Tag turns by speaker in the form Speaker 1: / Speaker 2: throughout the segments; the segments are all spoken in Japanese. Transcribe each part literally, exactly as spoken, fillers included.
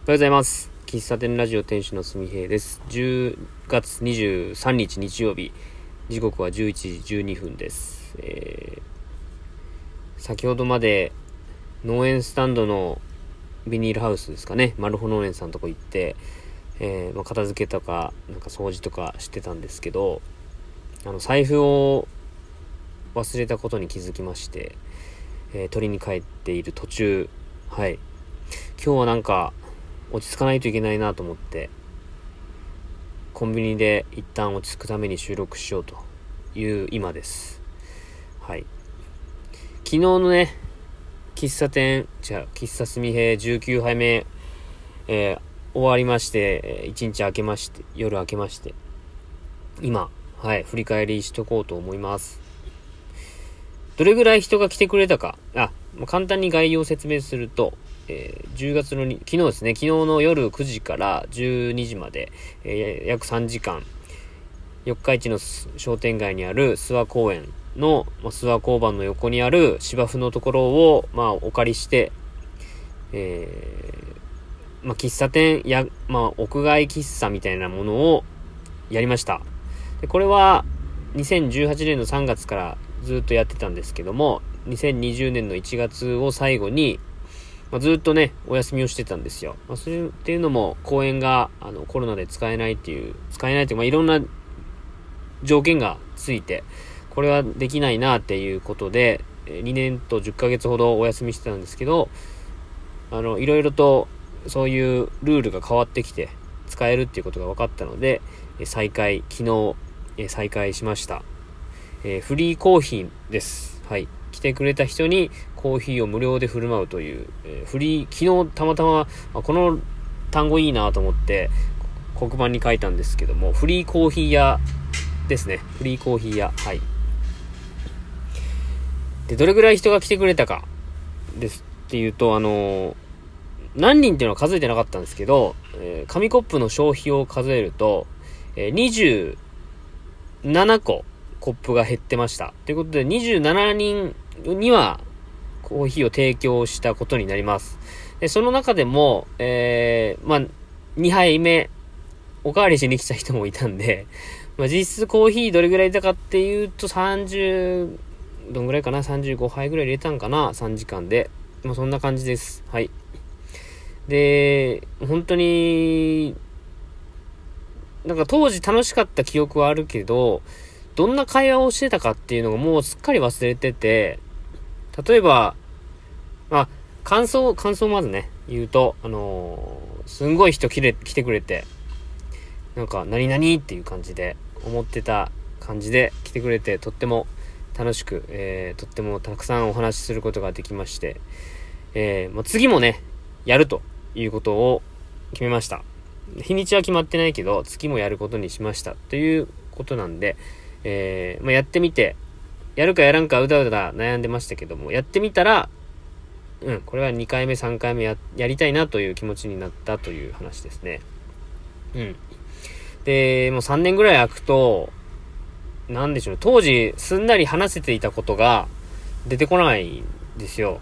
Speaker 1: おはようございます。喫茶店ラジオ店主のすみへいです。じゅうがつにじゅうさんにち日曜日、時刻はじゅういちじじゅうにふんです。えー、先ほどまで農園スタンドのビニールハウスですかね、マルホ農園さんのとこ行って、えーまあ、片付けとかなんか掃除とかしてたんですけど、あの財布を忘れたことに気づきまして、えー、取りに帰っている途中、はい今日はなんか落ち着かないといけないなと思ってコンビニで一旦落ち着くために収録しようという今です。はい昨日のね喫茶店じゃあ喫茶すみへいじゅうきゅうはいめ、えー、終わりまして一日明けまして夜明けまして今はい振り返りしとこうと思います。どれぐらい人が来てくれたか、あ簡単に概要を説明すると、えー、じゅうがつのに昨日ですね昨日の夜くじからじゅうにじまで、えー、約さんじかん四日市の商店街にある諏訪公園の、まあ、諏訪交番の横にある芝生のところを、まあ、お借りして、えーまあ、喫茶店や、まあ、屋外喫茶みたいなものをやりました。でこれはにせんじゅうはちねんのさんがつからずっとやってたんですけども、にせんにじゅうねんのいちがつを最後にまあ、ずっとねお休みをしてたんですよ。まあ、それっていうのも公園があのコロナで使えないっていう使えないというか、まあ、いろんな条件がついてこれはできないなっていうことでにねんとじゅっかげつほどお休みしてたんですけど、あのいろいろとそういうルールが変わってきて使えるっていうことが分かったので再開昨日再開しました。えー、フリーコーヒーです。はい来てくれた人にコーヒーを無料で振る舞うという、えー、フリー昨日たまたまこの単語いいなと思って黒板に書いたんですけども、フリーコーヒー屋ですね。フリーコーヒー屋。はいでどれぐらい人が来てくれたかですっていうと、あのー、何人っていうのは数えてなかったんですけど、えー、紙コップの消費を数えると、えー、にじゅうななこコップが減ってました。ということでにじゅうななにんにはコーヒーを提供したことになります。でその中でも、えー、まあにはいめおかわりしに来た人もいたんで、まあ、実質コーヒーどれぐらいいたかっていうとさんじゅうどんぐらいかなさんじゅうごはいぐらい入れたんかなさんじかんで、まあ、そんな感じです。はいで本当になんか当時楽しかった記憶はあるけど、どんな会話をしてたかっていうのがもうすっかり忘れてて、例えば、まあ、感想、感想をまずね、言うと、あのー、すんごい人来れ、来てくれて、なんか、何々っていう感じで、思ってた感じで来てくれて、とっても楽しく、えー、とってもたくさんお話しすることができまして、えー、もう次もね、やるということを決めました。日にちは決まってないけど、次もやることにしました。ということなんで、えーまあ、やってみてやるかやらんかうだうだ悩んでましたけども、やってみたらうんこれはにかいめさんかいめ や, やりたいなという気持ちになったという話ですね。うんでもうさんねんぐらい空くとなんでしょう、当時すんなり話せていたことが出てこないんですよ。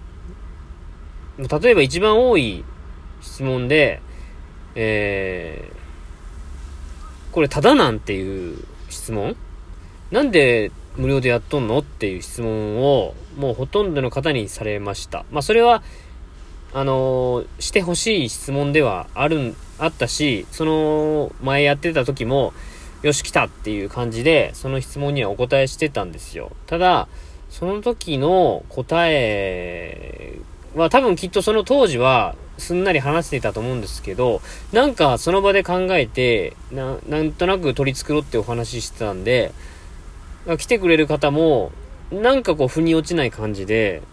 Speaker 1: 例えば一番多い質問でえー、これただなんていう質問、なんで無料でやっとんのっていう質問をもうほとんどの方にされました。まあそれはあのー、してほしい質問ではあるあったし、その前やってた時もよし来たっていう感じでその質問にはお答えしてたんですよ。ただその時の答えは多分きっとその当時はすんなり話していたと思うんですけど、なんかその場で考えて な, なんとなく取り繕ってお話ししてたんで、来てくれる方もなんかこう腑に落ちない感じで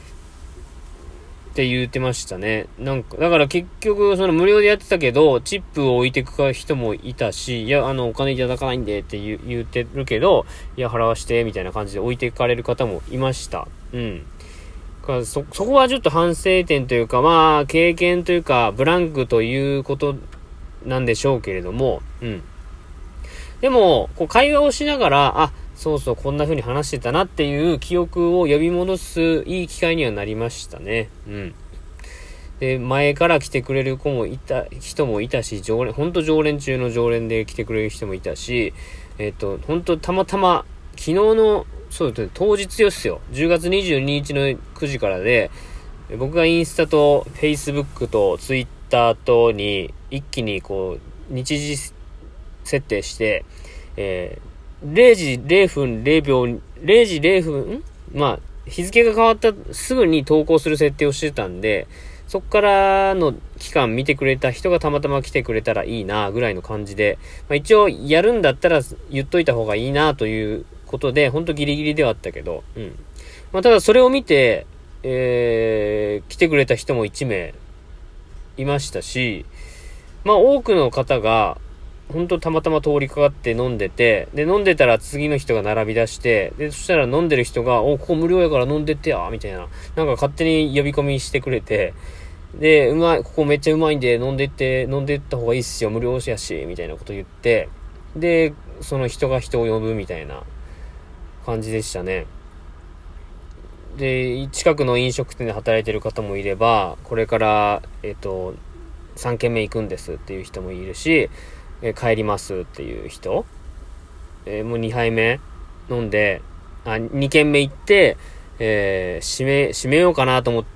Speaker 1: って言ってましたね。なんかだから結局その無料でやってたけどチップを置いてく人もいたし、いやあのお金いただかないんでって言う言ってるけど、いや払わしてみたいな感じで置いていかれる方もいました。うんかそ, そこはちょっと反省点というか、まあ経験というかブランクということなんでしょうけれども、うんでもこう会話をしながら、あそうそうこんな風に話してたなっていう記憶を呼び戻すいい機会にはなりましたね。うんで、前から来てくれる子もいた、人もいたし、常連、ほんと常連中の常連で来てくれる人もいたし、えっと、ほんとたまたま、昨日の、そうですね、当日よっすよ。じゅうがつにじゅうににちのくじからで、僕がインスタとフェイスブックとツイッターとに一気にこう、日時設定して、えー、れいじれいふんれいびょう、れいじれいふん、んまあ、日付が変わったすぐに投稿する設定をしてたんで、そっからの期間見てくれた人がたまたま来てくれたらいいなぐらいの感じで、まあ、一応やるんだったら言っといた方がいいなということで、ほんとギリギリではあったけど、うん。まあ、ただそれを見て、えー、来てくれた人もいちめいいましたし、まあ多くの方が、ほんとたまたま通りかかって飲んでて、で、飲んでたら次の人が並び出して、で、そしたら飲んでる人が、お、ここ無料やから飲んでってや、みたいな。なんか勝手に呼び込みしてくれて、で、うまい、ここめっちゃうまいんで飲んでって、飲んでった方がいいっすよ、無料やし、みたいなこと言って、で、その人が人を呼ぶみたいな感じでしたね。で、近くの飲食店で働いてる方もいれば、これから、えっと、さんけんめ行くんですっていう人もいるし、え帰りますっていう人、えー、もうにはいめ飲んで、あ、にけんめ行って、えー、閉め、閉めようかなと思って、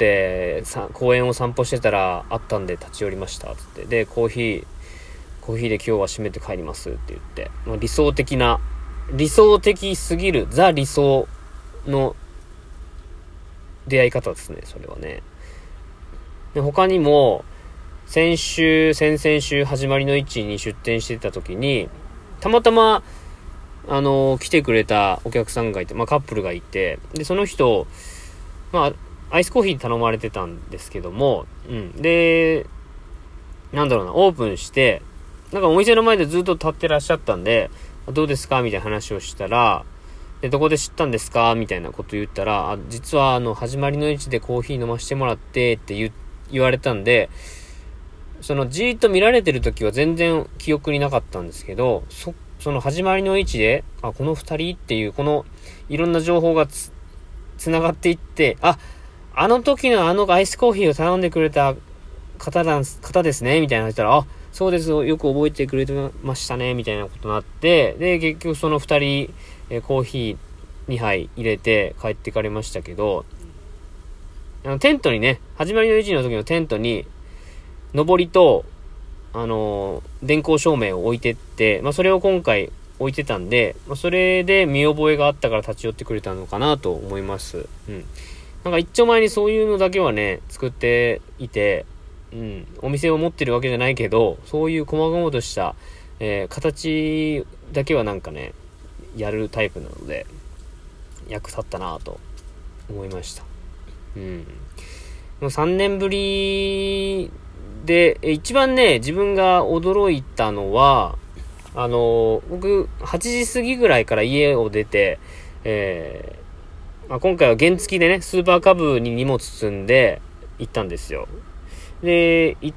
Speaker 1: さ、公園を散歩してたら、あったんで立ち寄りました、つって。で、コーヒー、コーヒーで今日は閉めて帰りますって言って、まあ、理想的な、理想的すぎる、ザ理想の出会い方ですね、それはね。で、他にも、先週、先々週、始まりの位置に出店してた時に、たまたま、あのー、来てくれたお客さんがいて、まあカップルがいて、で、その人、まあ、アイスコーヒー頼まれてたんですけども、うん。で、なんだろうな、オープンして、なんかお店の前でずっと立ってらっしゃったんで、どうですかみたいな話をしたら、で、どこで知ったんですかみたいなこと言ったら、あ、実はあの、始まりの位置でコーヒー飲ませてもらってって言、言われたんで、そのじーっと見られてる時は全然記憶になかったんですけど、そ、その始まりの位置で、あ、この二人っていう、このいろんな情報がつ、つながっていって、あ、あの時のあのアイスコーヒーを頼んでくれた方なん、方ですね、みたいな言ったら、あ、そうです、よく覚えてくれてましたね、みたいなことになって、で、結局その二人、えー、コーヒーにはい入れて帰ってかれましたけど、あの、テントにね、始まりの位置の時のテントに、上りと、あのー、電光照明を置いてって、まあ、それを今回置いてたんで、まあ、それで見覚えがあったから立ち寄ってくれたのかなと思います。うん。なんか一丁前にそういうのだけはね、作っていて、うん、お店を持ってるわけじゃないけど、そういう細々とした、えー、形だけはなんかね、やるタイプなので、役立ったなと思いました。うん。もうさんねんぶりで、一番ね、自分が驚いたのは、あの、僕、はちじ過ぎぐらいから家を出て、えーまあ、今回は原付でね、スーパーカブに荷物積んで行ったんですよ。で、行って、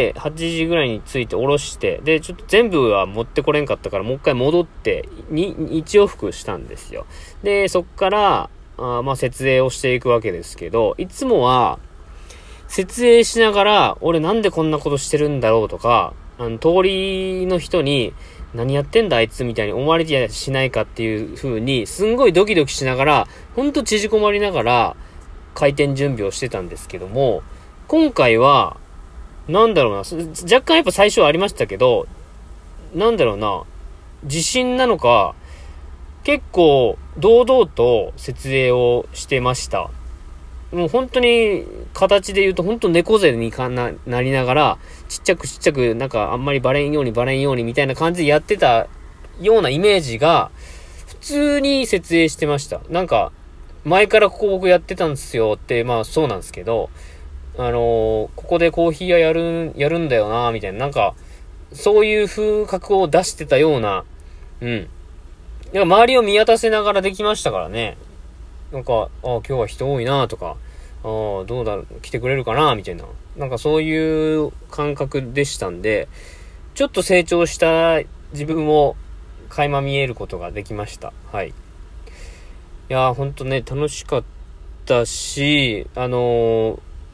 Speaker 1: はちじぐらいに着いて下ろして、で、ちょっと全部は持ってこれんかったから、もう一回戻って、に、一往復したんですよ。で、そっから、あまあ、設営をしていくわけですけど、いつもは、設営しながら、俺なんでこんなことしてるんだろうとか、あの、通りの人に、何やってんだあいつみたいに思われやしないかっていう風に、すんごいドキドキしながら、ほんと縮こまりながら、開店準備をしてたんですけども、今回は、なんだろうな、若干やっぱ最初はありましたけど、なんだろうな、自信なのか、結構堂々と設営をしてました。もう本当に形で言うと本当猫背にかな、なりながら、ちっちゃくちっちゃくなんかあんまりバレんようにバレんようにみたいな感じでやってたようなイメージが、普通に設営してました。なんか、前からここ僕やってたんですよって、まあそうなんですけど、あのー、ここでコーヒー屋やる、やるんだよなみたいな、なんか、そういう風格を出してたような、うん。でも周りを見渡せながらできましたからね。なんか、あ今日は人多いなとか、あどうだ、来てくれるかなみたいな。なんかそういう感覚でしたんで、ちょっと成長した自分を垣間見えることができました。はい。いやーほんとね、楽しかったし、あのー、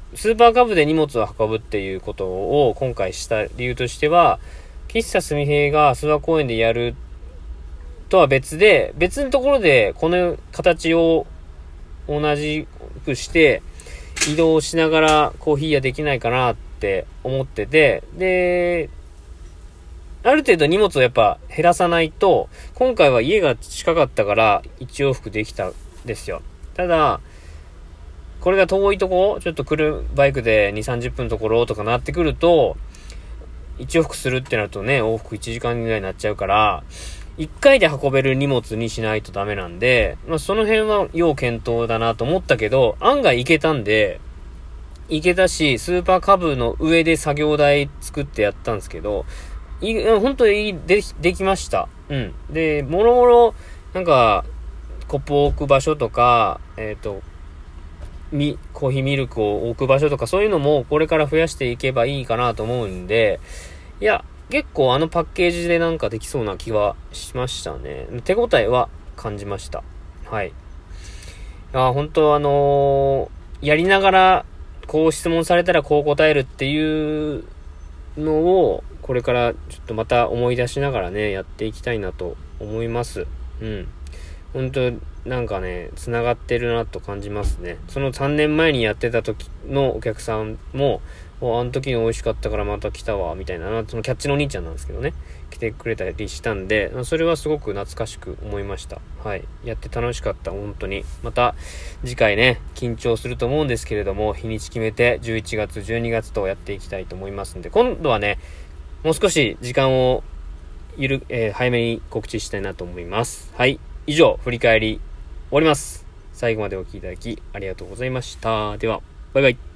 Speaker 1: スーパーカブで荷物を運ぶっていうことを今回した理由としては、喫茶すみへいが諏訪公園でやるとは別で、別のところでこの形を同じくして移動しながらコーヒー屋できないかなって思ってて、で、ある程度荷物をやっぱ減らさないと、今回は家が近かったから一往復できたんですよ。ただ、これが遠いとこ、ちょっと来るバイクでに、さんじゅっぷんのところとかなってくると、一往復するってなるとね、往復いちじかんぐらいになっちゃうから、いっかいで運べる荷物にしないとダメなんで、まあその辺は要検討だなと思ったけど、案外行けたんで、行けたし、スーパーカブの上で作業台作ってやったんですけど、い本当にで、できました。うん。で、もろもろ、なんか、コップを置く場所とか、えっと、み、コーヒーミルクを置く場所とか、そういうのもこれから増やしていけばいいかなと思うんで、いや、結構あのパッケージでなんかできそうな気はしましたね。手応えは感じました。はい。いや、本当あのー、やりながら、こう質問されたらこう答えるっていうのを、これからちょっとまた思い出しながらね、やっていきたいなと思います。うん。本当なんかね、繋がってるなと感じますね。そのさんねんまえにやってた時のお客さんも、あの時の美味しかったからまた来たわ、みたいな、そのキャッチのお兄ちゃんなんですけどね、来てくれたりしたんで、それはすごく懐かしく思いました。はい。やって楽しかった、本当に。また、次回ね、緊張すると思うんですけれども、日にち決めてじゅういちがつ、じゅうにがつとやっていきたいと思いますんで、今度はね、もう少し時間をゆる、えー、早めに告知したいなと思います。はい。以上、振り返り終わります。最後までお聞きいただきありがとうございました。では、バイバイ。